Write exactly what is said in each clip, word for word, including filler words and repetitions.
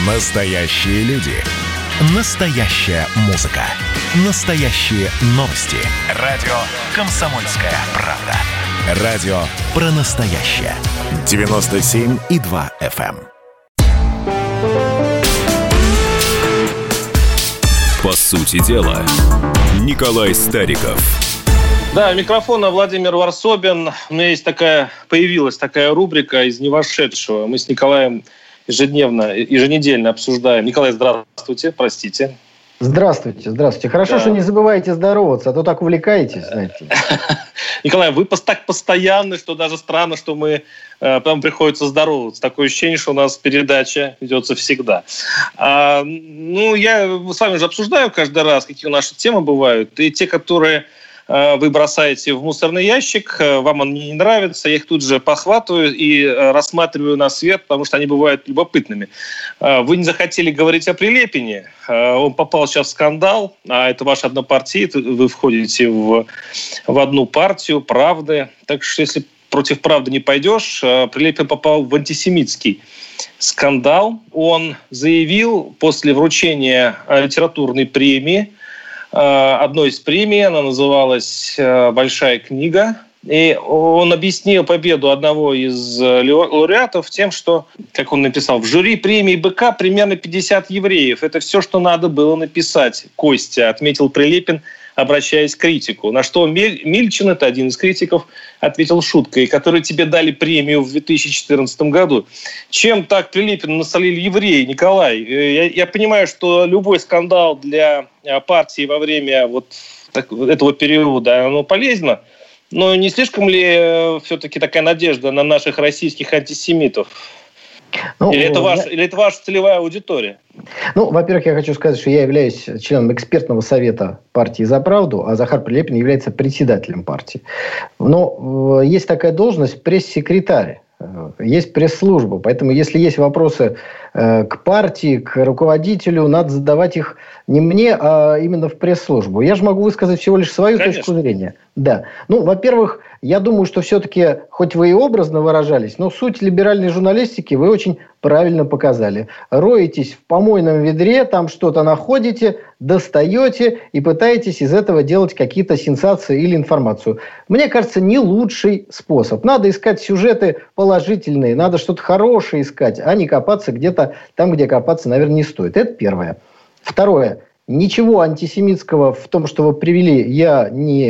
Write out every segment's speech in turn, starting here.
Настоящие люди. Настоящая музыка. Настоящие новости. Радио «Комсомольская правда». Радио про настоящее. девяносто семь и два эф эм. По сути дела, Николай Стариков. Да, микрофон Владимир Варсобин. У меня есть такая, появилась такая рубрика из невошедшего. Мы с Николаем ежедневно, еженедельно обсуждаем. Николай, здравствуйте, простите. Здравствуйте, здравствуйте. Хорошо, да. Что не забываете здороваться, а то так увлекаетесь, знаете. Николай, вы так постоянны, что даже странно, что мы прям приходится здороваться. Такое ощущение, что у нас передача ведется всегда. А, ну, я с вами же обсуждаю каждый раз, какие наши темы бывают. И те, которые вы бросаете в мусорный ящик, вам они не нравятся, я их тут же похватываю и рассматриваю на свет, потому что они бывают любопытными. Вы не захотели говорить о Прилепине, он попал сейчас в скандал, а это ваш однопартиец, вы входите в, в одну партию «Правды», так что если против «Правды» не пойдешь, Прилепин попал в антисемитский скандал. Он заявил после вручения литературной премии, одной из премий, она называлась «Большая книга». И он объяснил победу одного из лауреатов тем, что, как он написал, в жюри премии БК примерно пятьдесят евреев. Это все, что надо было написать, Костя, отметил Прилепин, обращаясь к критику. На что Мильчин, это один из критиков, ответил шуткой, которые тебе дали премию в две тысячи четырнадцатом году. Чем так Прилепин насолили евреи, Николай? Я, я понимаю, что любой скандал для партии во время вот так, этого периода, оно полезно, но не слишком ли все-таки такая надежда на наших российских антисемитов? Ну, или, это ваш, я... или это ваша целевая аудитория? Ну, во-первых, я хочу сказать, что я являюсь членом экспертного совета партии «За правду», а Захар Прилепин является председателем партии. Но э, есть такая должность пресс-секретарь, э, есть пресс-служба. Поэтому, если есть вопросы э, к партии, к руководителю, надо задавать их не мне, а именно в пресс-службу. Я же могу высказать всего лишь свою Конечно. точку зрения. Да. Ну, во-первых, я думаю, что все-таки, хоть вы и образно выражались, но суть либеральной журналистики вы очень правильно показали. Роетесь в помойном ведре, там что-то находите, достаете и пытаетесь из этого делать какие-то сенсации или информацию. Мне кажется, не лучший способ. Надо искать сюжеты положительные, надо что-то хорошее искать, а не копаться где-то там, где копаться, наверное, не стоит. Это первое. Второе. Ничего антисемитского в том, что вы привели, я не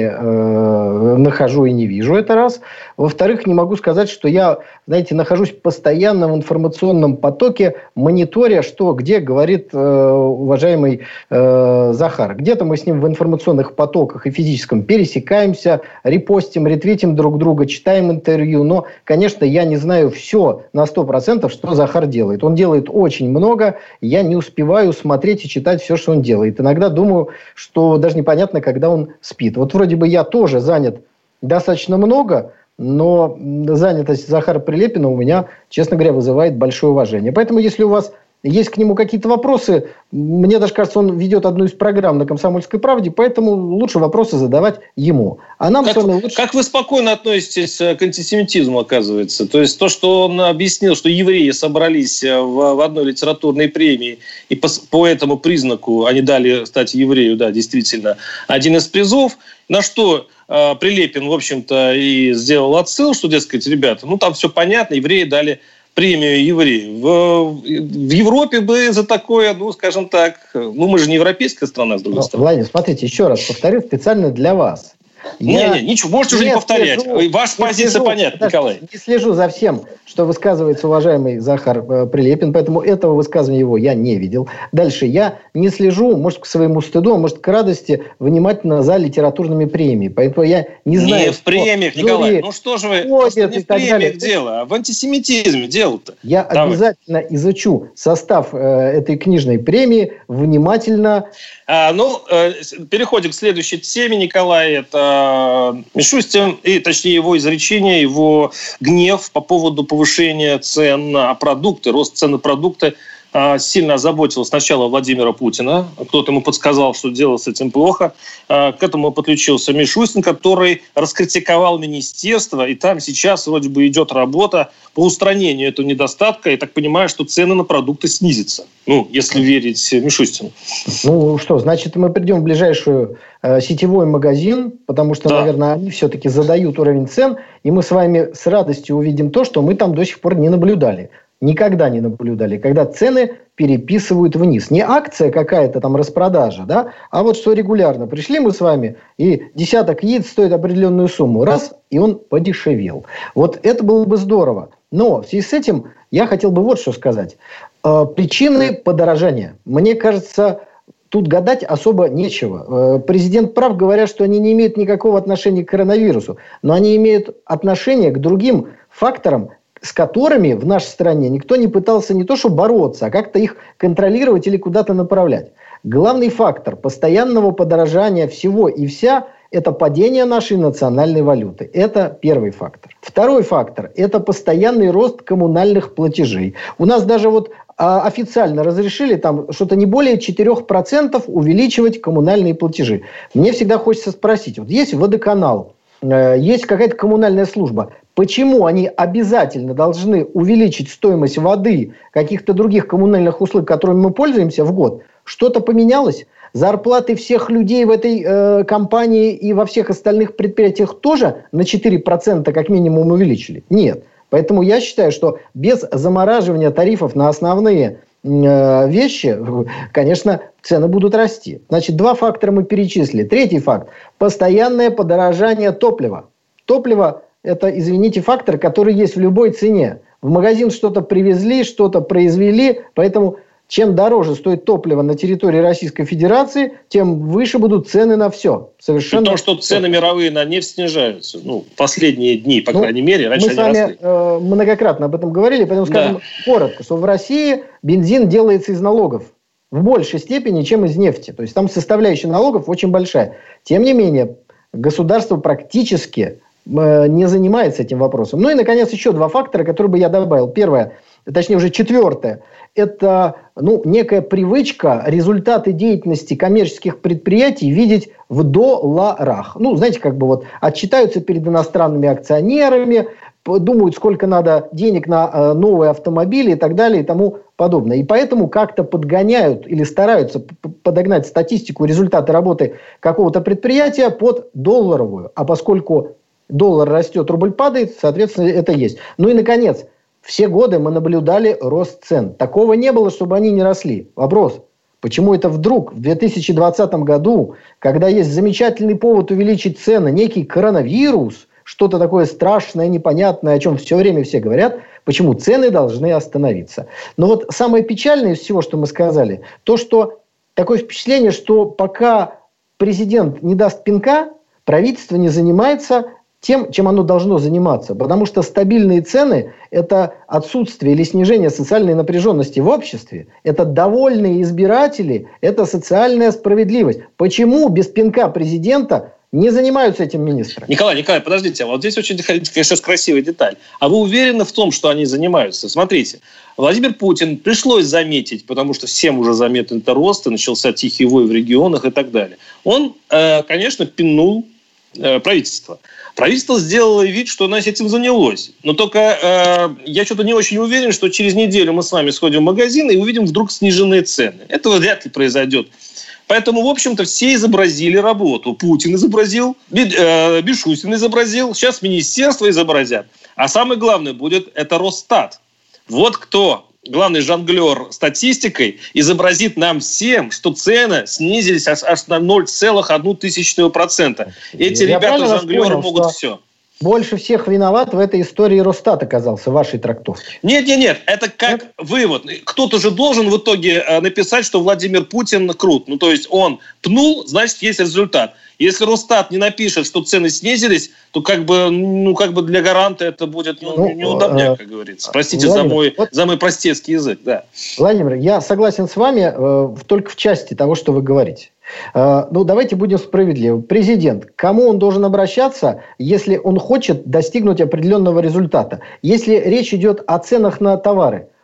э, нахожу и не вижу, это раз. Во-вторых, не могу сказать, что я, знаете, нахожусь постоянно в информационном потоке, мониторя, что где говорит э, уважаемый э, Захар. Где-то мы с ним в информационных потоках и физическом пересекаемся, репостим, ретвитим друг друга, читаем интервью. Но, конечно, я не знаю все на сто процентов, что Захар делает. Он делает очень много, я не успеваю смотреть и читать все, что он делает. Иногда думаю, что даже непонятно, когда он спит. Вот вроде бы я тоже занят достаточно много, но занятость Захара Прилепина у меня, честно говоря, вызывает большое уважение. Поэтому, если у вас есть к нему какие-то вопросы, мне даже кажется, он ведет одну из программ на «Комсомольской правде», поэтому лучше вопросы задавать ему. А нам как, с вами лучше... Как вы спокойно относитесь к антисемитизму, оказывается? То есть то, что он объяснил, что евреи собрались в, в одной литературной премии, и по, по этому признаку они дали, кстати, еврею, да, действительно, один из призов, на что э, Прилепин, в общем-то, и сделал отсыл, что, дескать, ребята, ну там все понятно, евреи дали премию евреев. В, в Европе бы за такое, ну, скажем так, ну, мы же не европейская страна, с другой Но, стороны. Владимир, смотрите, еще раз повторю специально для вас. Не-не, ничего, можете уже не повторять. Слежу, Ваша позиция слежу, понятна, Николай. Не слежу за всем, что высказывается уважаемый Захар э, Прилепин, поэтому этого высказывания его я не видел. Дальше, я не слежу, может, к своему стыду, а может, к радости, внимательно за литературными премиями. Поэтому я не знаю... Не в премиях, Николай. Ну что же вы, просто не в премиях дело, а в антисемитизме дело-то. Я Давай. обязательно изучу состав э, этой книжной премии внимательно. А, ну, э, переходим к следующей теме, Николай. Это Мишустин, и, точнее, его изречение, его гнев по поводу повышения цен на продукты, рост цен на продукты. сильно озаботило сначала Владимира Путина. Кто-то ему подсказал, что делать с этим плохо. К этому подключился Мишустин, который раскритиковал министерство. И там сейчас вроде бы идет работа по устранению этого недостатка. Я так понимаю, что цены на продукты снизятся. Ну, если верить Мишустину. Ну что, значит, мы придем в ближайшую э, сетевой магазин, потому что, да. наверное, они все-таки задают уровень цен, и мы с вами с радостью увидим то, что мы там до сих пор не наблюдали. Никогда не наблюдали, когда цены переписывают вниз. Не акция какая-то там распродажа, да, а вот что регулярно. Пришли мы с вами, и десяток яиц стоит определенную сумму. Раз, и он подешевел. Вот это было бы здорово. Но в связи с этим я хотел бы вот что сказать. Э, причины подорожания. Мне кажется, тут гадать особо нечего. Э, президент прав, говоря, что они не имеют никакого отношения к коронавирусу. Но они имеют отношение к другим факторам, с которыми в нашей стране никто не пытался не то что бороться, а как-то их контролировать или куда-то направлять. Главный фактор постоянного подорожания всего и вся – это падение нашей национальной валюты. Это первый фактор. Второй фактор – это постоянный рост коммунальных платежей. У нас даже вот а, официально разрешили там что-то не более четыре процента увеличивать коммунальные платежи. Мне всегда хочется спросить, вот есть водоканал, э, есть какая-то коммунальная служба – почему они обязательно должны увеличить стоимость воды, каких-то других коммунальных услуг, которыми мы пользуемся в год? Что-то поменялось? Зарплаты всех людей в этой э, компании и во всех остальных предприятиях тоже на четыре процента как минимум увеличили? Нет. Поэтому я считаю, что без замораживания тарифов на основные э, вещи, конечно, цены будут расти. Значит, два фактора мы перечислили. Третий факт – постоянное подорожание топлива. Топливо – это, извините, фактор, который есть в любой цене. В магазин что-то привезли, что-то произвели, поэтому чем дороже стоит топливо на территории Российской Федерации, тем выше будут цены на все. Совершенно. Потому что цены мировые на нефть снижаются. Ну, последние дни, по ну, крайней мере, раньше они росли. Мы с вами э, многократно об этом говорили, поэтому скажем да. коротко, что в России бензин делается из налогов в большей степени, чем из нефти. То есть там составляющая налогов очень большая. Тем не менее, государство практически не занимается этим вопросом. Ну и, наконец, еще два фактора, которые бы я добавил. Первое, точнее уже четвертое, это ну, некая привычка результаты деятельности коммерческих предприятий видеть в долларах. Ну, знаете, как бы вот отчитаются перед иностранными акционерами, думают, сколько надо денег на новые автомобили и так далее и тому подобное. И поэтому как-то подгоняют или стараются подогнать статистику, результаты работы какого-то предприятия под долларовую. А поскольку доллар растет, рубль падает, соответственно, это есть. Ну и, наконец, все годы мы наблюдали рост цен. Такого не было, чтобы они не росли. Вопрос, почему это вдруг в две тысячи двадцатом году, когда есть замечательный повод увеличить цены, некий коронавирус, что-то такое страшное, непонятное, о чем все время все говорят, почему цены должны остановиться? Но вот самое печальное из всего, что мы сказали, то, что такое впечатление, что пока президент не даст пинка, правительство не занимается тем, чем оно должно заниматься. Потому что стабильные цены – это отсутствие или снижение социальной напряженности в обществе. Это довольные избиратели, это социальная справедливость. Почему без пинка президента не занимаются этим министры? Николай, Николай, подождите, вот здесь очень, конечно, красивая деталь. А вы уверены в том, что они занимаются? Смотрите, Владимир Путин пришлось заметить, потому что всем уже заметен это рост, и начался тихий вой в регионах и так далее. Он, э, конечно, пинул э, правительство. Правительство сделало вид, что оно этим занялось. Но только э, я что-то не очень уверен, что через неделю мы с вами сходим в магазин и увидим вдруг сниженные цены. Этого вряд ли произойдет. Поэтому, в общем-то, все изобразили работу. Путин изобразил, Мишустин изобразил, сейчас министерства изобразят. А самое главное будет это Росстат. Вот кто, главный жонглер статистикой, изобразит нам всем, что цены снизились аж, аж на ноль целых одна тысячная процента. Эти Я ребята-жонглеры могут все. Больше всех виноват в этой истории Росстат оказался, в вашей трактовке. Нет, нет, нет, это как нет? вывод. Кто-то же должен в итоге написать, что Владимир Путин крут. Ну, то есть он пнул, значит, есть результат. Если Росстат не напишет, что цены снизились, то как бы, ну, как бы для гаранта это будет ну, ну, неудобняк, как говорится. Простите Владимир, за, мой, вот, за мой простецкий язык. Да. Владимир, я согласен с вами э, только в части того, что вы говорите. Э, ну, давайте будем справедливы. Президент, к кому он должен обращаться, если он хочет достигнуть определенного результата? Если речь идет о ценах на товары,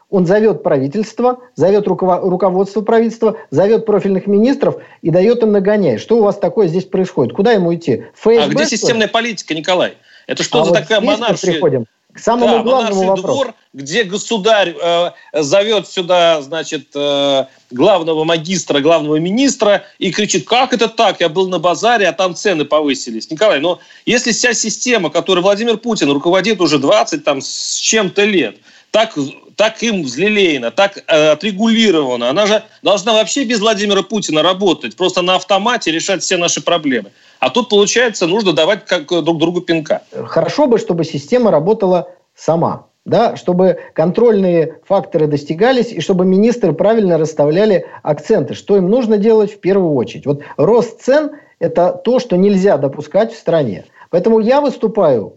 Он зовет правительство, зовет руковод- руководство правительства, зовет профильных министров и дает им нагоняй. Что у вас такое здесь происходит? Куда ему идти? ФСБ, а где системная политика, Николай? Это что а за вот такая монаршия? Приходим к самому да, главному вопросу. Двор, где государь э, зовет сюда, значит, э, главного магистра, главного министра и кричит: как это так? Я был на базаре, а там цены повысились. Николай, но если вся система, которой Владимир Путин руководит уже двадцать там, с чем-то лет, так, так им взлелеена, так э, отрегулирована, она же должна вообще без Владимира Путина работать, просто на автомате решать все наши проблемы. А тут, получается, нужно давать как друг другу пинка. Хорошо бы, чтобы система работала сама. Да, чтобы контрольные факторы достигались и чтобы министры правильно расставляли акценты. Что им нужно делать в первую очередь? Вот рост цен – это то, что нельзя допускать в стране. Поэтому я выступаю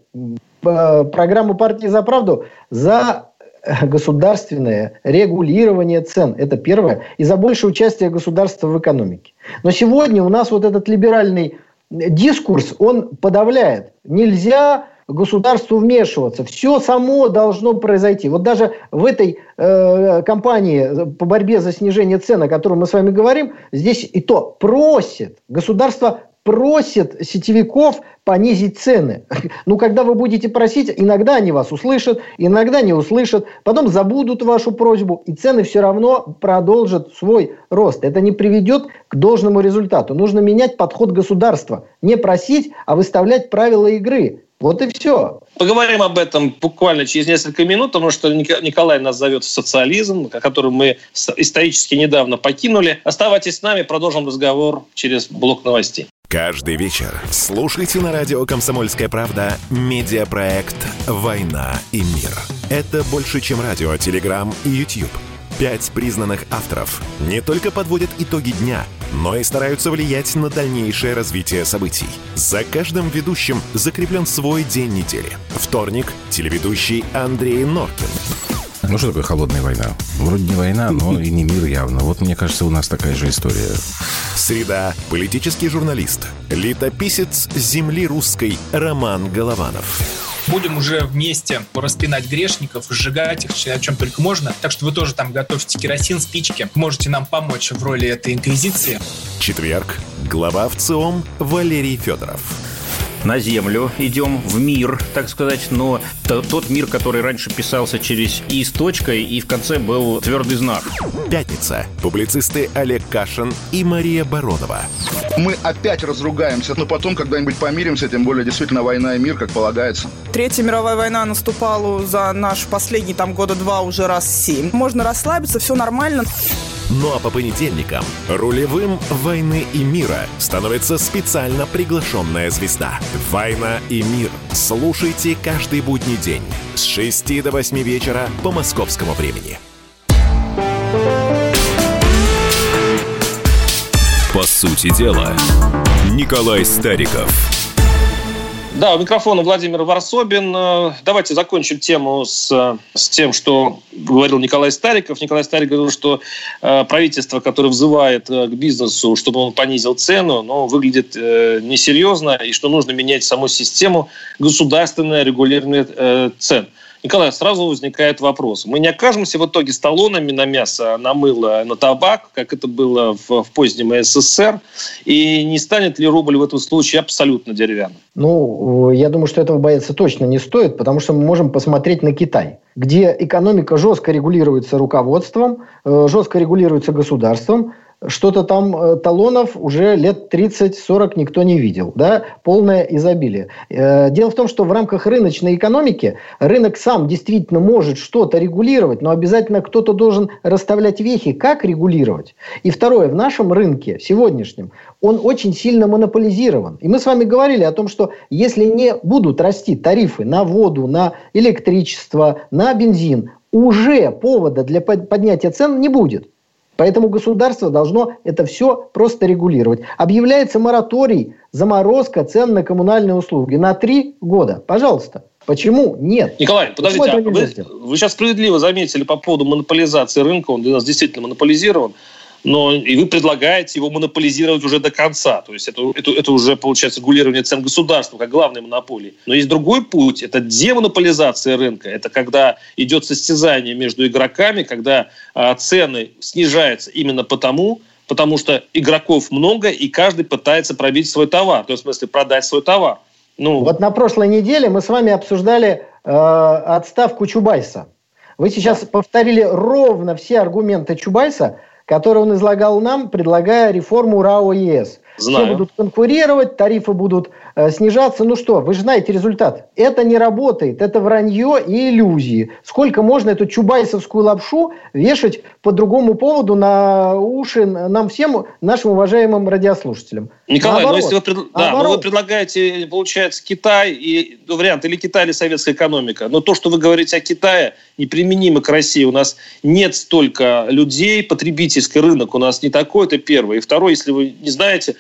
в программу «Партии за правду» за государственное регулирование цен. Это первое. И за большее участие государства в экономике. Но сегодня у нас вот этот либеральный дискурс, он подавляет. Нельзя государству вмешиваться. Все само должно произойти. Вот даже в этой э, кампании по борьбе за снижение цен, о которой мы с вами говорим, здесь и то просит, государство просит сетевиков понизить цены. Ну, когда вы будете просить, иногда они вас услышат, иногда не услышат, потом забудут вашу просьбу, и цены все равно продолжат свой рост. Это не приведет к должному результату. Нужно менять подход государства. Не просить, а выставлять правила игры. Вот и все. Поговорим об этом буквально через несколько минут, потому что Николай нас зовет в социализм, который мы исторически недавно покинули. Оставайтесь с нами, продолжим разговор через блок новостей. Каждый вечер слушайте на радио «Комсомольская правда» медиапроект «Война и мир». Это больше, чем радио, телеграм и YouTube. Пять признанных авторов не только подводят итоги дня, но и стараются влиять на дальнейшее развитие событий. За каждым ведущим закреплен свой день недели. Вторник – телеведущий Андрей Норкин. Ну, что такое холодная война? Вроде не война, но и не мир явно. Вот, мне кажется, у нас такая же история. Среда. Политический журналист, летописец земли русской Роман Голованов. Будем уже вместе распинать грешников, сжигать их, о чем только можно. Так что вы тоже там готовьте керосин, спички. Можете нам помочь в роли этой инквизиции. Четверг. Глава ВЦИОМ Валерий Федоров. На землю идем, в мир, так сказать, но тот мир, который раньше писался через «и» с точкой, и в конце был твердый знак. Пятница. Публицисты Олег Кашин и Мария Баронова. Мы опять разругаемся, но потом когда-нибудь помиримся, тем более действительно война и мир, как полагается. Третья мировая война наступала за наш последний там года два уже раз семь. Можно расслабиться, все нормально. Ну а по понедельникам рулевым «Войны и мира» становится специально приглашенная звезда. «Война и мир». Слушайте каждый будний день с шести до восьми вечера по московскому времени. По сути дела, Николай Стариков. Да, у микрофона Владимир Варсобин. Давайте закончим тему с, с тем, что говорил Николай Стариков. Николай Стариков говорил, что э, правительство, которое взывает э, к бизнесу, чтобы он понизил цену, но выглядит э, несерьезно, и что нужно менять саму систему государственное регулирование э, цен. Николай, сразу возникает вопрос. Мы не окажемся в итоге с талонами на мясо, на мыло, на табак, как это было в, в позднем СССР, и не станет ли рубль в этом случае абсолютно деревянным? Ну, я думаю, что этого бояться точно не стоит, потому что мы можем посмотреть на Китай, где экономика жестко регулируется руководством, жестко регулируется государством. Что-то там э, талонов уже лет тридцать-сорок никто не видел. Да? Полное изобилие. Э, дело в том, что в рамках рыночной экономики рынок сам действительно может что-то регулировать, но обязательно кто-то должен расставлять вехи, как регулировать. И второе, в нашем рынке сегодняшнем он очень сильно монополизирован. И мы с вами говорили о том, что если не будут расти тарифы на воду, на электричество, на бензин, уже повода для поднятия цен не будет. Поэтому государство должно это все просто регулировать. Объявляется мораторий, заморозка цен на коммунальные услуги на три года. Пожалуйста. Почему нет? Николай, подождите, а вы, вы сейчас справедливо заметили по поводу монополизации рынка, он для нас действительно монополизирован. но и вы предлагаете его монополизировать уже до конца. То есть это, это, это уже, получается, регулирование цен государства как главной монополии. Но есть другой путь, это демонополизация рынка. Это когда идет состязание между игроками, когда а, цены снижаются именно потому, потому что игроков много, и каждый пытается пробить свой товар, то есть в смысле продать свой товар. Ну, вот на прошлой неделе мы с вами обсуждали э, отставку Чубайса. Вы сейчас да. повторили ровно все аргументы Чубайса, которые он излагал нам, предлагая реформу РАО ЕС. Знаю. Все будут конкурировать, тарифы будут э, снижаться. Ну что, вы же знаете результат. Это не работает, это вранье и иллюзии. Сколько можно эту чубайсовскую лапшу вешать по другому поводу на уши нам всем, нашим уважаемым радиослушателям? Николай, наоборот, но если вы, пред... да, но вы предлагаете, получается, Китай, и вариант или Китай, или советская экономика. Но то, что вы говорите о Китае, неприменимо к России. У нас нет столько людей, потребительский рынок у нас не такой, это первое. И второе, если вы не знаете,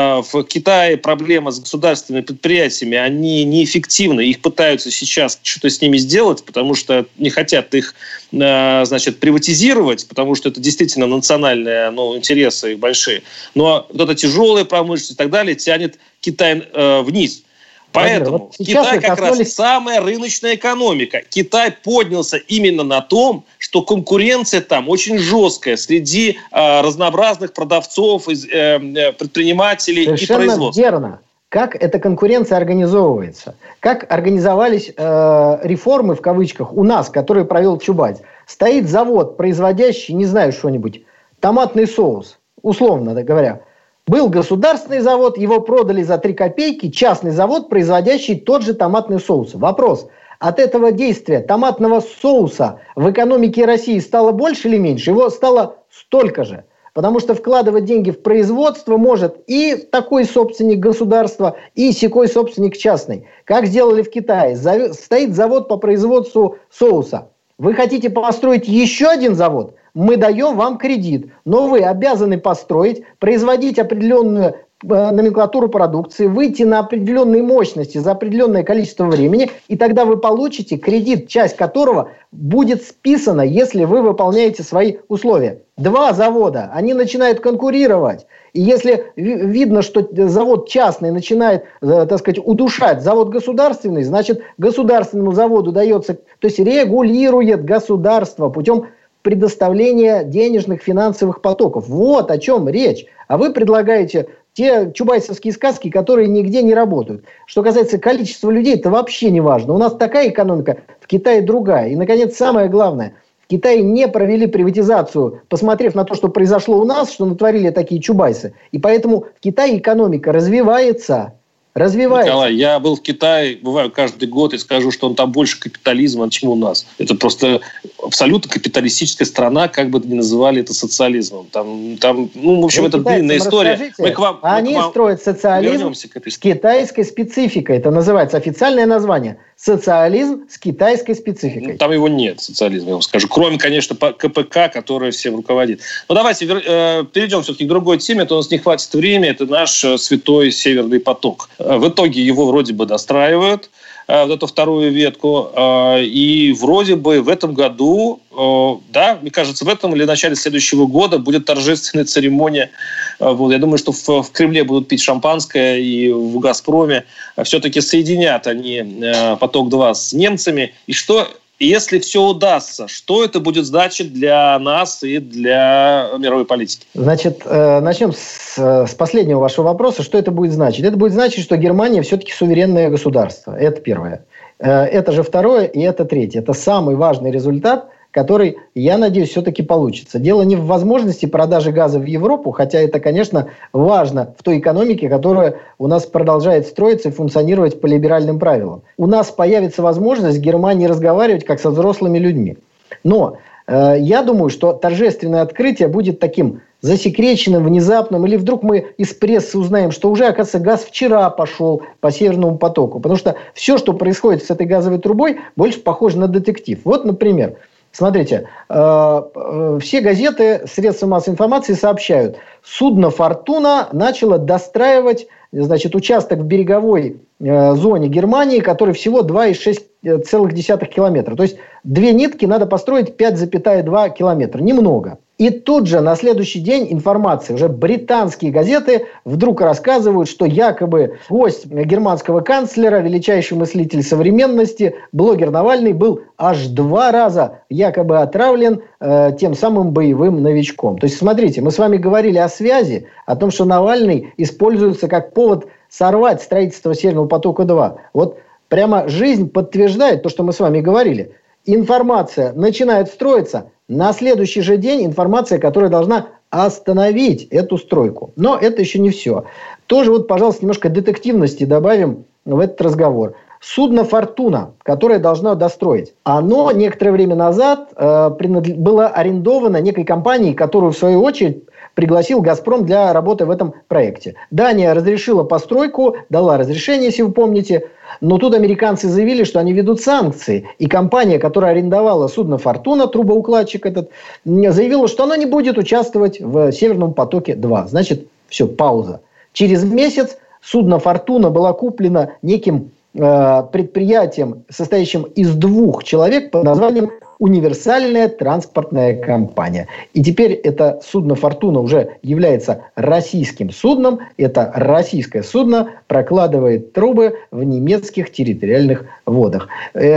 в Китае проблема с государственными предприятиями, они неэффективны, их пытаются сейчас что-то с ними сделать, потому что не хотят их, значит, приватизировать, потому что это действительно национальные, ну, интересы их большие. Но вот эта тяжелая промышленность и так далее тянет Китай э, вниз. Поэтому вот Китай как коснулись... раз самая рыночная экономика. Китай поднялся именно на том, что конкуренция там очень жесткая среди э, разнообразных продавцов, э, предпринимателей Совершенно и производства. Верно. Как эта конкуренция организовывается? Как организовались э, реформы, в кавычках, у нас, которые провел Чубайс? Стоит завод, производящий, не знаю, что-нибудь, томатный соус, условно говоря. Был государственный завод, его продали за три копейки, частный завод, производящий тот же томатный соус. Вопрос, от этого действия томатного соуса в экономике России стало больше или меньше? Его стало столько же. Потому что вкладывать деньги в производство может и такой собственник государства, и сякой собственник частный. Как сделали в Китае. Стоит завод по производству соуса. Вы хотите построить еще один завод? Мы даем вам кредит, но вы обязаны построить, производить определенную э, номенклатуру продукции, выйти на определенные мощности за определенное количество времени, и тогда вы получите кредит, часть которого будет списана, если вы выполняете свои условия. Два завода, они начинают конкурировать. И если видно, что завод частный начинает, так сказать, удушать завод государственный, значит, государственному заводу дается, то есть регулирует государство путем предоставления денежных финансовых потоков. Вот о чем речь. А вы предлагаете те чубайсовские сказки, которые нигде не работают. Что касается количества людей, это вообще не важно. У нас такая экономика, в Китае другая. И, наконец, самое главное. В Китае не провели приватизацию, посмотрев на то, что произошло у нас, что натворили такие чубайсы. И поэтому в Китае экономика развивается. Развивается. Николай, я был в Китае, бываю каждый год, и скажу, что он там больше капитализма, чем у нас. Это просто абсолютно капиталистическая страна, как бы ни называли это социализмом. Там, там ну, в общем, Вы это длинная история. Мы к вам, Они мы к вам строят социализм с китайской спецификой. Это называется официальное название. Социализм с китайской спецификой. Ну, там его нет, социализма, я вам скажу. Кроме, конечно, КПК, который всем руководит. Но давайте э, перейдем все-таки к другой теме. Это у нас не хватит времени. Это наш святой Северный поток. В итоге его вроде бы достраивают, э, вот эту вторую ветку. Э, и вроде бы в этом году, э, да, мне кажется, в этом или в начале следующего года будет торжественная церемония. Э, вот, я думаю, что в, в Кремле будут пить шампанское, и в «Газпроме» все-таки соединят они э, поток-два с немцами. И что, если все удастся, что это будет значить для нас и для мировой политики? Значит, э, начнем с, с последнего вашего вопроса. Что это будет значить? Это будет значить, что Германия все-таки суверенное государство. Это первое. Э, это же второе, и это третье. Это самый важный результат, который, я надеюсь, все-таки получится. Дело не в возможности продажи газа в Европу, хотя это, конечно, важно в той экономике, которая у нас продолжает строиться и функционировать по либеральным правилам. У нас появится возможность с Германией разговаривать как со взрослыми людьми. Но э, я думаю, что торжественное открытие будет таким засекреченным, внезапным, или вдруг мы из прессы узнаем, что уже, оказывается, газ вчера пошел по Северному потоку. Потому что все, что происходит с этой газовой трубой, больше похоже на детектив. Вот, например, смотрите, э, э, все газеты, средства массовой информации сообщают, судно «Фортуна» начало достраивать, значит, участок в береговой э, зоне Германии, который всего два и шесть десятых километра. То есть две нитки надо построить пять целых два километра. Немного. И тут же на следующий день информация, уже британские газеты вдруг рассказывают, что якобы гость германского канцлера, величайший мыслитель современности, блогер Навальный, был аж два раза якобы отравлен э, тем самым боевым новичком. То есть, смотрите, мы с вами говорили о связи, о том, что Навальный используется как повод сорвать строительство Северного потока-два. Вот прямо жизнь подтверждает то, что мы с вами говорили. Информация начинает строиться, на следующий же день информация, которая должна остановить эту стройку. Но это еще не все. Тоже вот, пожалуйста, немножко детективности добавим в этот разговор. Судно «Фортуна», которое должно достроить, оно некоторое время назад э, принадлеж... было арендовано некой компанией, которую, в свою очередь, пригласил «Газпром» для работы в этом проекте. Дания разрешила постройку, дала разрешение, если вы помните, но тут американцы заявили, что они ведут санкции. И компания, которая арендовала судно «Фортуна», трубоукладчик этот, заявила, что она не будет участвовать в «Северном потоке-два». Значит, все, пауза. Через месяц судно «Фортуна» было куплено неким э, предприятием, состоящим из двух человек под названием «Универсальная транспортная компания». И теперь это судно «Фортуна» уже является российским судном. Это российское судно прокладывает трубы в немецких территориальных водах.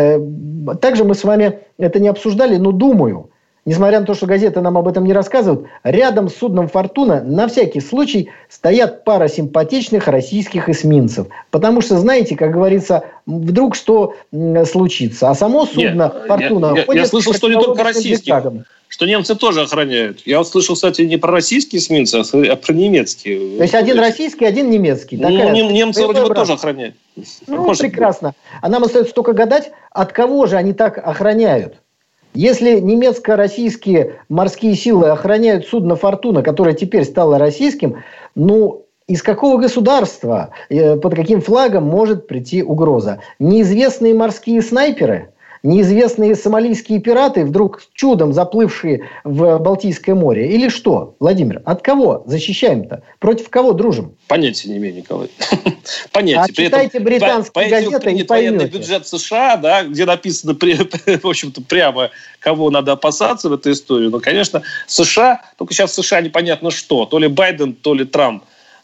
Также мы с вами это не обсуждали, но думаю, несмотря на то, что газеты нам об этом не рассказывают, рядом с судном «Фортуна» на всякий случай стоят пара симпатичных российских эсминцев. Потому что, знаете, как говорится, вдруг что случится. А само судно Нет, «Фортуна» я, я, я слышал, что не только российские, что немцы тоже охраняют. Я вот слышал, кстати, не про российские эсминцы, а про немецкие. То есть один российский, один немецкий. Ну, Такая немцы вроде бы тоже охраняют. Ну, Может прекрасно. Быть. А нам остается только гадать, от кого же они так охраняют. Если немецко-российские морские силы охраняют судно «Фортуна», которое теперь стало российским, ну, из какого государства, под каким флагом может прийти угроза? Неизвестные морские снайперы? Неизвестные сомалийские пираты, вдруг чудом заплывшие в Балтийское море? Или что, Владимир? От кого защищаем-то? Против кого дружим? Понятия не имею, Николай. Понятия. А читайте британские газеты и поймете. Бюджет США, да, где написано, в общем-то, прямо, кого надо опасаться в этой истории. Но, конечно, США, только сейчас в США непонятно что. То ли Байден, то ли Трамп.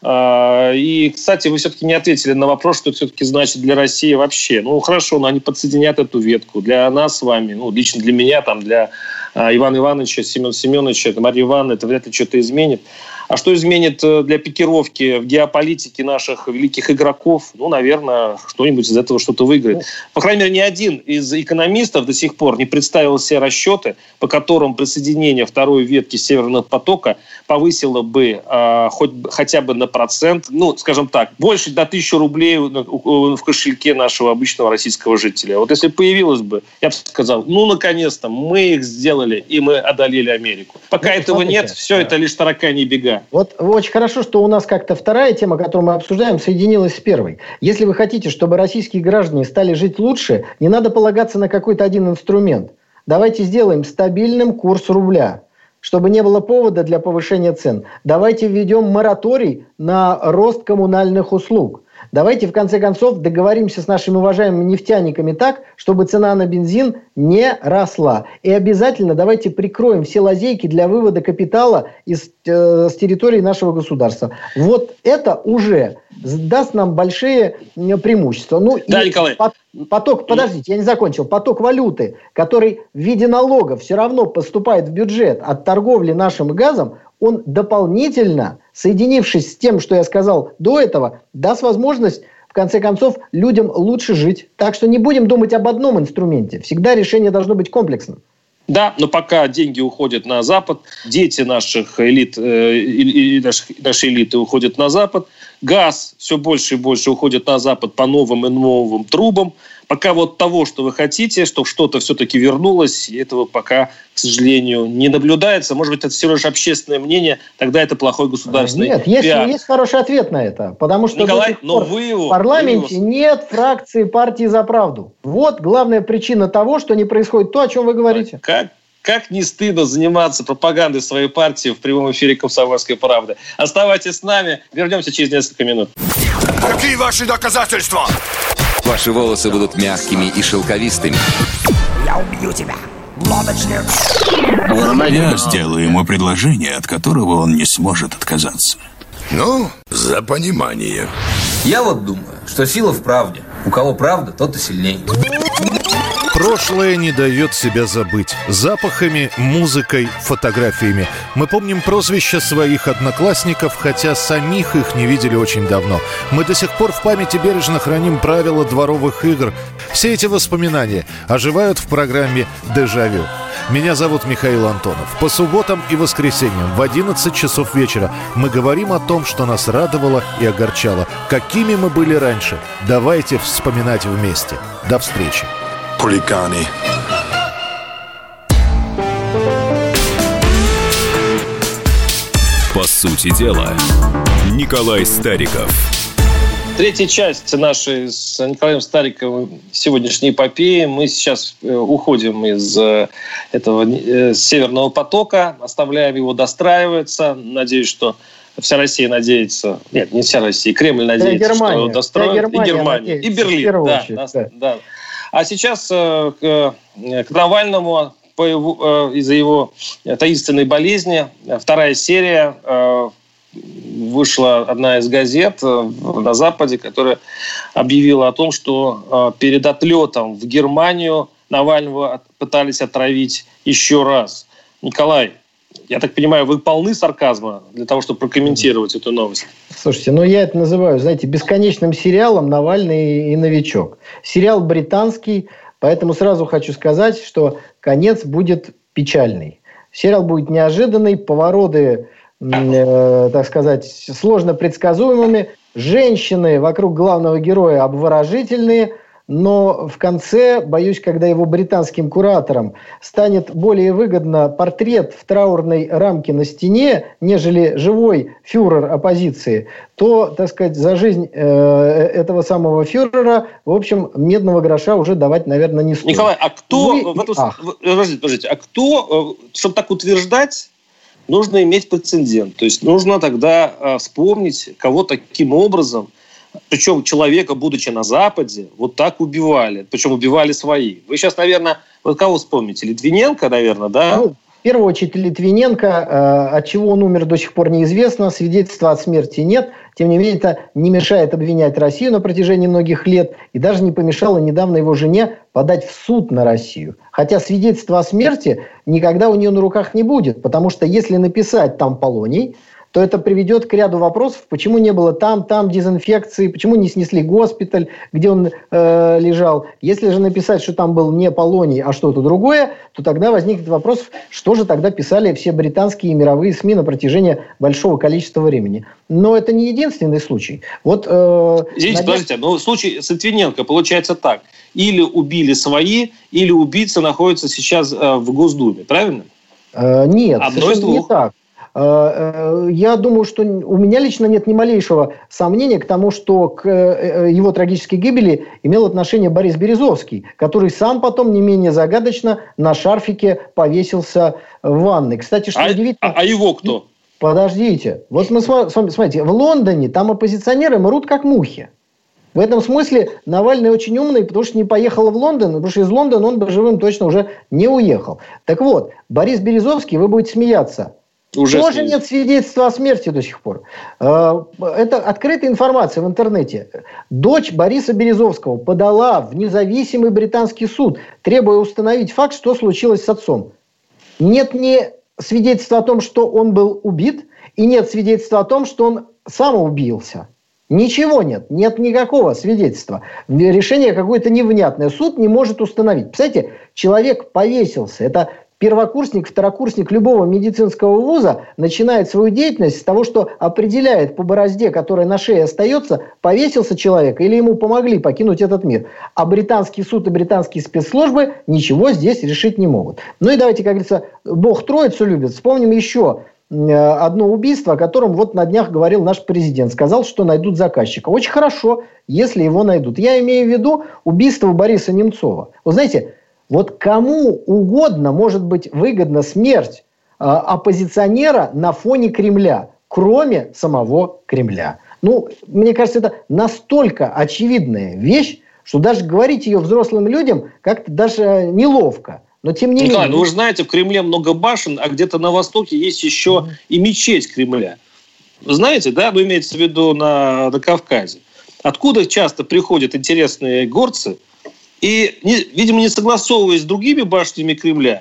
И, кстати, вы все-таки не ответили на вопрос, что это все-таки значит для России вообще. Ну, хорошо, но они подсоединят эту ветку. Для нас с вами, ну, лично для меня, там, для Ивана Ивановича, Семена Семеновича, Марьи Ивановны, это вряд ли что-то изменит. А что изменит для пикировки в геополитике наших великих игроков? Ну, наверное, что-нибудь из этого что-то выиграет. По крайней мере, ни один из экономистов до сих пор не представил все расчеты, по которым присоединение второй ветки Северного потока повысило бы э, хоть, хотя бы на процент, ну, скажем так, больше до тысячи рублей в кошельке нашего обычного российского жителя. Вот если появилось бы, я бы сказал, ну, наконец-то, мы их сделали, и мы одолели Америку. Пока ну, этого смотрите, нет, все да. это лишь таракани бега. Вот очень хорошо, что у нас как-то вторая тема, которую мы обсуждаем, соединилась с первой. Если вы хотите, чтобы российские граждане стали жить лучше, не надо полагаться на какой-то один инструмент. Давайте сделаем стабильным курс рубля, чтобы не было повода для повышения цен. Давайте введем мораторий на рост коммунальных услуг. Давайте, в конце концов, договоримся с нашими уважаемыми нефтяниками так, чтобы цена на бензин не росла. И обязательно давайте прикроем все лазейки для вывода капитала из, э, с территории нашего государства. Вот это уже даст нам большие преимущества. Ну, да, и Николай. Поток, подождите, я не закончил. Поток валюты, который в виде налогов все равно поступает в бюджет от торговли нашим газом, он дополнительно, соединившись с тем, что я сказал до этого, даст возможность, в конце концов, людям лучше жить. Так что не будем думать об одном инструменте. Всегда решение должно быть комплексным. Да, но пока деньги уходят на Запад, дети наших элит, э, и, и наших, нашей элиты уходят на Запад, газ все больше и больше уходит на Запад по новым и новым трубам. Пока вот того, что вы хотите, чтобы что-то все-таки вернулось, этого пока, к сожалению, не наблюдается. Может быть, это всего лишь общественное мнение, тогда это плохой государственный Нет, есть, есть хороший ответ на это. Потому что Николай, но вы его, в парламенте вы его... нет фракции партии «За правду». Вот главная причина того, что не происходит то, о чем вы говорите. Как? Как не стыдно заниматься пропагандой своей партии в прямом эфире «Комсомольской правды». Оставайтесь с нами. Вернемся через несколько минут. Какие ваши доказательства? Ваши волосы будут мягкими и шелковистыми. Я убью тебя, лодочник. Я сделаю ему предложение, от которого он не сможет отказаться. Ну, за понимание. Я вот думаю, что сила в правде. У кого правда, тот и сильней. Прошлое не дает себя забыть. Запахами, музыкой, фотографиями. Мы помним прозвища своих одноклассников, хотя самих их не видели очень давно. Мы до сих пор в памяти бережно храним правила дворовых игр. Все эти воспоминания оживают в программе «Дежавю». Меня зовут Михаил Антонов. По субботам и воскресеньям в одиннадцать часов вечера мы говорим о том, что нас радовало и огорчало. Какими мы были раньше. Давайте вспоминать вместе. До встречи. Хулиганы. По сути дела, Николай Стариков. Третья часть нашей с Николаем Стариковым сегодняшней эпопеи. Мы сейчас уходим из этого Северного потока, оставляем его достраиваться. Надеюсь, что вся Россия надеется... Нет, не вся Россия, Кремль надеется, что достроит. Германия, и Германия, надеется, и Берлин. Да, очередь, да. Да. А сейчас к, к Навальному по его, из-за его таинственной болезни вторая серия. Вышла одна из газет на Западе, которая объявила о том, что перед отлетом в Германию Навального пытались отравить еще раз. Николай, я так понимаю, вы полны сарказма для того, чтобы прокомментировать эту новость? Слушайте, ну я это называю, знаете, бесконечным сериалом «Навальный и новичок». Сериал британский, поэтому сразу хочу сказать, что конец будет печальный. Сериал будет неожиданный, повороты... Э, так сказать, сложно предсказуемыми. Женщины вокруг главного героя обворожительные, но в конце, боюсь, когда его британским кураторам станет более выгодно портрет в траурной рамке на стене, нежели живой фюрер оппозиции, то, так сказать, за жизнь э, этого самого фюрера, в общем, медного гроша уже давать, наверное, не стоит. Николай, а кто... Вы... В эту... Подождите, подождите, а кто, чтобы так утверждать, нужно иметь прецедент. То есть нужно тогда э, вспомнить, кого таким образом, причем человека, будучи на Западе, вот так убивали. Причем убивали свои. Вы сейчас, наверное, вот кого вспомните? Литвиненко, наверное, да? Ну, в первую очередь Литвиненко. Э, от чего он умер, до сих пор неизвестно. Свидетельства о смерти нет. Тем не менее, это не мешает обвинять Россию на протяжении многих лет. И даже не помешало недавно его жене подать в суд на Россию. Хотя свидетельства о смерти никогда у нее на руках не будет. Потому что если написать там Полоний, то это приведет к ряду вопросов, почему не было там, там дезинфекции, почему не снесли госпиталь, где он э, лежал. Если же написать, что там был не Полоний, а что-то другое, то тогда возникнет вопрос, что же тогда писали все британские и мировые СМИ на протяжении большого количества времени. Но это не единственный случай. Вот, э, Извините, надеюсь... подождите, но случай с Литвиненко получается так. Или убили свои, или убийца находится сейчас э, в Госдуме, правильно? Э, нет, Одно совершенно не так. Я думаю, что у меня лично нет ни малейшего сомнения к тому, что к его трагической гибели имел отношение Борис Березовский, который сам потом не менее загадочно на шарфике повесился в ванной. Кстати, что а, удивительно... А, а его кто? Подождите. Вот мы с вами, смотрите, в Лондоне там оппозиционеры мрут как мухи. В этом смысле Навальный очень умный, потому что не поехал в Лондон, потому что из Лондона он бы живым точно уже не уехал. Так вот, Борис Березовский, вы будете смеяться, Уже тоже нет свидетельства о смерти до сих пор. Это открытая информация в интернете. Дочь Бориса Березовского подала в независимый британский суд, требуя установить факт, что случилось с отцом. Нет ни свидетельства о том, что он был убит, и нет свидетельства о том, что он самоубился. Ничего нет, нет никакого свидетельства. Решение какое-то невнятное. Суд не может установить. Представляете, человек повесился. Это первокурсник, второкурсник любого медицинского вуза начинает свою деятельность с того, что определяет по борозде, которая на шее остается, повесился человек или ему помогли покинуть этот мир. А британский суд и британские спецслужбы ничего здесь решить не могут. Ну и давайте, как говорится, Бог Троицу любит. Вспомним еще одно убийство, о котором вот на днях говорил наш президент. Сказал, что найдут заказчика. Очень хорошо, если его найдут. Я имею в виду убийство Бориса Немцова. Вы знаете, вот кому угодно может быть выгодна смерть э, оппозиционера на фоне Кремля, кроме самого Кремля. Ну, мне кажется, это настолько очевидная вещь, что даже говорить ее взрослым людям как-то даже неловко. Но тем не Николай, менее... ну вы же знаете, в Кремле много башен, а где-то на востоке есть еще mm-hmm. и мечеть Кремля. Вы знаете, да, ну имеется в виду на, на Кавказе. Откуда часто приходят интересные горцы и, не, видимо, не согласовываясь с другими башнями Кремля,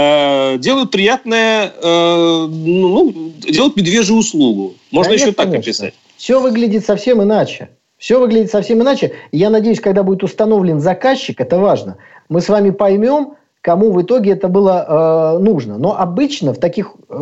э, делают приятное, э, ну, делают медвежью услугу. Можно да еще нет, так конечно. Описать. Все выглядит совсем иначе. Все выглядит совсем иначе. И я надеюсь, когда будет установлен заказчик, это важно, мы с вами поймем, кому в итоге это было э, нужно. Но обычно в таких э, э,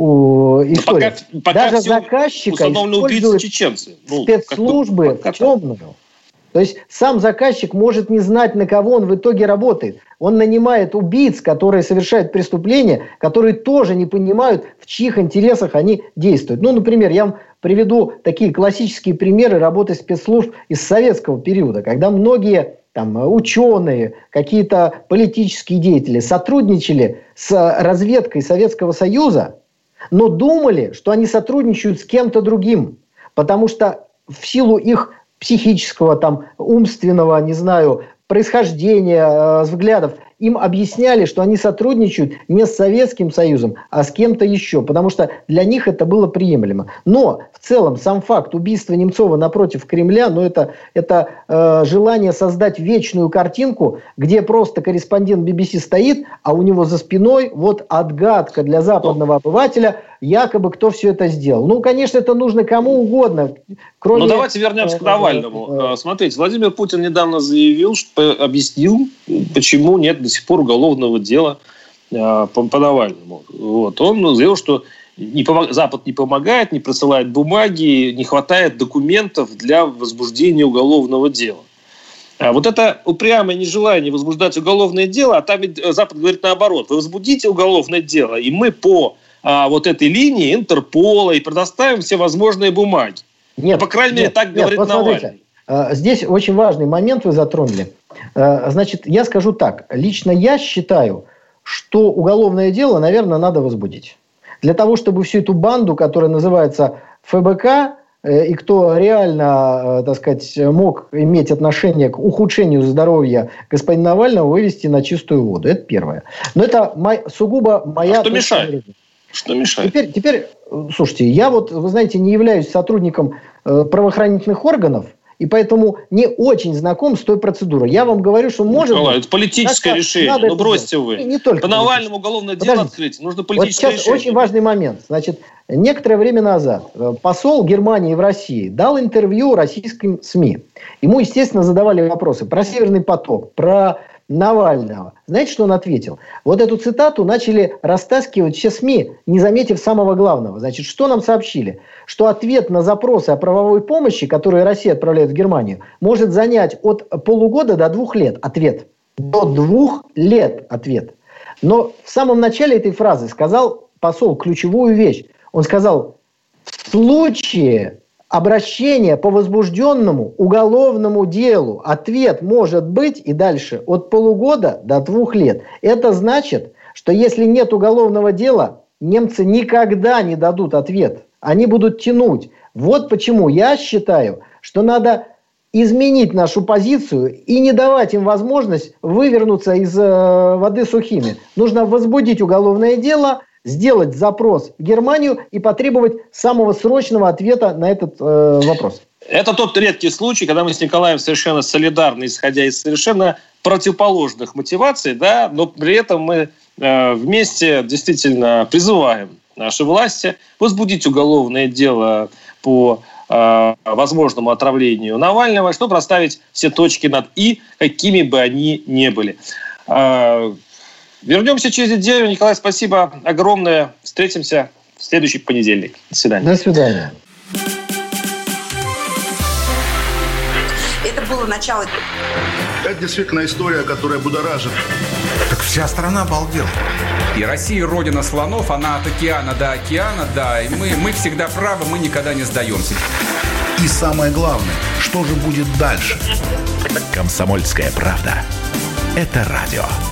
историях пока, пока даже заказчика используют чеченцы. Ну, спецслужбы в темную. То есть сам заказчик может не знать, на кого он в итоге работает. Он нанимает убийц, которые совершают преступления, которые тоже не понимают, в чьих интересах они действуют. Ну, например, я вам приведу такие классические примеры работы спецслужб из советского периода, когда многие там, ученые, какие-то политические деятели сотрудничали с разведкой Советского Союза, но думали, что они сотрудничают с кем-то другим, потому что в силу их психического, там, умственного, не знаю, происхождения, э, взглядов, им объясняли, что они сотрудничают не с Советским Союзом, а с кем-то еще, потому что для них это было приемлемо. Но в целом сам факт убийства Немцова напротив Кремля, ну, это, это э, желание создать вечную картинку, где просто корреспондент би би си стоит, а у него за спиной вот отгадка для западного обывателя, якобы кто все это сделал. Ну, конечно, это нужно кому угодно. Кроме... Ну, давайте вернемся к Навальному. Смотрите, Владимир Путин недавно заявил, что объяснил, почему нет до сих пор уголовного дела по, по Навальному. Вот. Он заявил, что не помог... Запад не помогает, не присылает бумаги, не хватает документов для возбуждения уголовного дела. А вот это упрямое нежелание возбуждать уголовное дело, а там ведь Запад говорит наоборот. Вы возбудите уголовное дело, и мы по а, вот этой линии Интерпола и предоставим все возможные бумаги. Нет, ну, по крайней мере, нет, так нет, говорит вот Навальный. Смотрите, здесь очень важный момент вы затронули. Значит, я скажу так. Лично я считаю, что уголовное дело, наверное, надо возбудить. Для того, чтобы всю эту банду, которая называется эф бэ ка, и кто реально, так сказать, мог иметь отношение к ухудшению здоровья господина Навального, вывести на чистую воду. Это первое. Но это мой, сугубо моя... А что мешает? Что мешает? Теперь, теперь, слушайте, я вот, вы знаете, не являюсь сотрудником э, правоохранительных органов, и поэтому не очень знаком с той процедурой. Я вам говорю, что может Николай, быть... это политическое так, решение. Ну, бросьте вы. Не, не только По Навальному уголовное дело Подождите. Открыть. Нужно политическое вот сейчас решение. Очень важный момент. Значит, некоторое время назад посол Германии в России дал интервью российским СМИ. Ему, естественно, задавали вопросы про Северный поток, про Навального. Знаете, что он ответил? Вот эту цитату начали растаскивать все СМИ, не заметив самого главного. Значит, что нам сообщили? Что ответ на запросы о правовой помощи, которые Россия отправляет в Германию, может занять от полугода до двух лет. Ответ. До двух лет ответ. Но в самом начале этой фразы сказал посол ключевую вещь. Он сказал, в случае... обращение по возбужденному уголовному делу. Ответ может быть и дальше от полугода до двух лет. Это значит, что если нет уголовного дела, немцы никогда не дадут ответ. Они будут тянуть. Вот почему я считаю, что надо изменить нашу позицию и не давать им возможность вывернуться из э, воды сухими. Нужно возбудить уголовное дело, сделать запрос в Германию и потребовать самого срочного ответа на этот э, вопрос. Это тот редкий случай, когда мы с Николаем совершенно солидарны, исходя из совершенно противоположных мотиваций, да, но при этом мы э, вместе действительно призываем наши власти возбудить уголовное дело по э, возможному отравлению Навального, чтобы расставить все точки над «и», какими бы они ни были. Э, Вернемся через неделю. Николай, спасибо огромное. Встретимся в следующий понедельник. До свидания. До свидания. Это было начало. Это действительно история, которая будоражит. Так вся страна обалдела. И Россия родина слонов, она от океана до океана, да. И мы, мы всегда правы, мы никогда не сдаемся. И самое главное, что же будет дальше? «Комсомольская правда». Это радио.